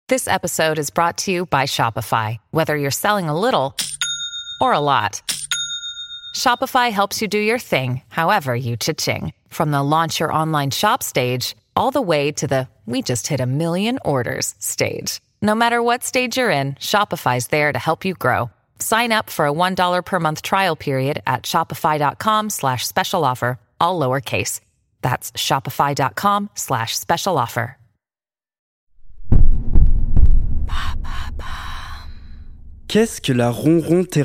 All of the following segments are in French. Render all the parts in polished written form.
This episode is brought to you by Shopify. Whether you're selling a little or a lot, Shopify helps you do your thing, however you cha-ching. From the launch your online shop stage, all the way to the we just hit 1 million orders stage. No matter what stage you're in, Shopify's there to help you grow. Sign up for a $1 per month trial period at shopify.com/special offer, all lowercase. That's shopify.com/special offer. Qu'est-ce que la ronron-thérapie ?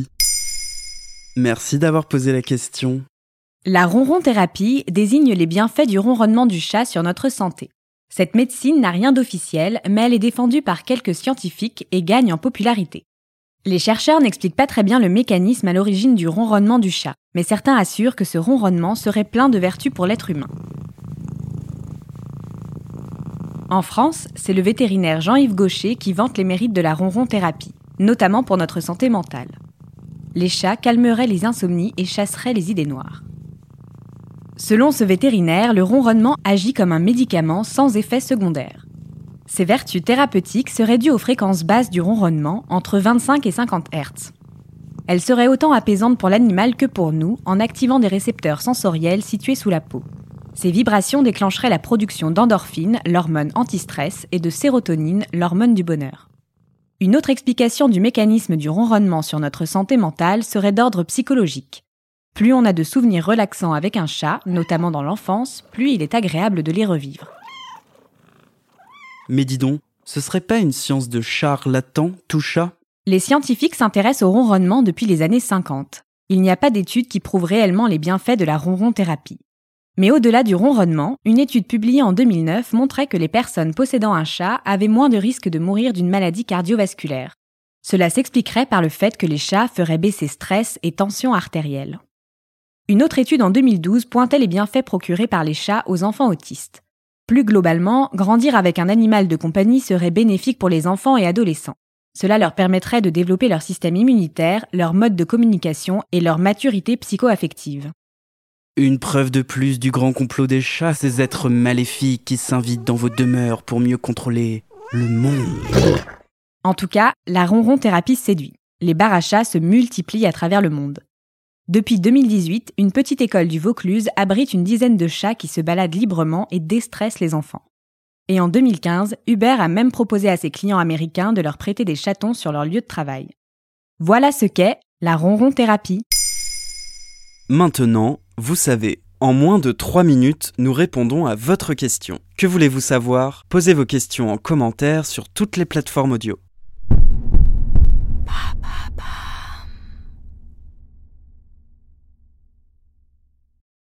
Merci d'avoir posé la question. La ronron-thérapie désigne les bienfaits du ronronnement du chat sur notre santé. Cette médecine n'a rien d'officiel, mais elle est défendue par quelques scientifiques et gagne en popularité. Les chercheurs n'expliquent pas très bien le mécanisme à l'origine du ronronnement du chat, mais certains assurent que ce ronronnement serait plein de vertus pour l'être humain. En France, c'est le vétérinaire Jean-Yves Gaucher qui vante les mérites de la ronron-thérapie, notamment pour notre santé mentale. Les chats calmeraient les insomnies et chasseraient les idées noires. Selon ce vétérinaire, le ronronnement agit comme un médicament sans effet secondaire. Ses vertus thérapeutiques seraient dues aux fréquences basses du ronronnement, entre 25 et 50 Hz. Elles seraient autant apaisantes pour l'animal que pour nous, en activant des récepteurs sensoriels situés sous la peau. Ces vibrations déclencheraient la production d'endorphines, l'hormone anti-stress, et de sérotonine, l'hormone du bonheur. Une autre explication du mécanisme du ronronnement sur notre santé mentale serait d'ordre psychologique. Plus on a de souvenirs relaxants avec un chat, notamment dans l'enfance, plus il est agréable de les revivre. Mais dis donc, ce serait pas une science de charlatan, tout chat ? Les scientifiques s'intéressent au ronronnement depuis les années 50. Il n'y a pas d'études qui prouvent réellement les bienfaits de la ronron-thérapie. Mais au-delà du ronronnement, une étude publiée en 2009 montrait que les personnes possédant un chat avaient moins de risques de mourir d'une maladie cardiovasculaire. Cela s'expliquerait par le fait que les chats feraient baisser stress et tension artérielle. Une autre étude en 2012 pointait les bienfaits procurés par les chats aux enfants autistes. Plus globalement, grandir avec un animal de compagnie serait bénéfique pour les enfants et adolescents. Cela leur permettrait de développer leur système immunitaire, leur mode de communication et leur maturité psycho-affective. Une preuve de plus du grand complot des chats, ces êtres maléfiques qui s'invitent dans vos demeures pour mieux contrôler le monde. En tout cas, la ronron-thérapie séduit. Les bars à chats se multiplient à travers le monde. Depuis 2018, une petite école du Vaucluse abrite une dizaine de chats qui se baladent librement et déstressent les enfants. Et en 2015, Uber a même proposé à ses clients américains de leur prêter des chatons sur leur lieu de travail. Voilà ce qu'est la ronron-thérapie. Maintenant, vous savez, en moins de 3 minutes, nous répondons à votre question. Que voulez-vous savoir ? Posez vos questions en commentaire sur toutes les plateformes audio.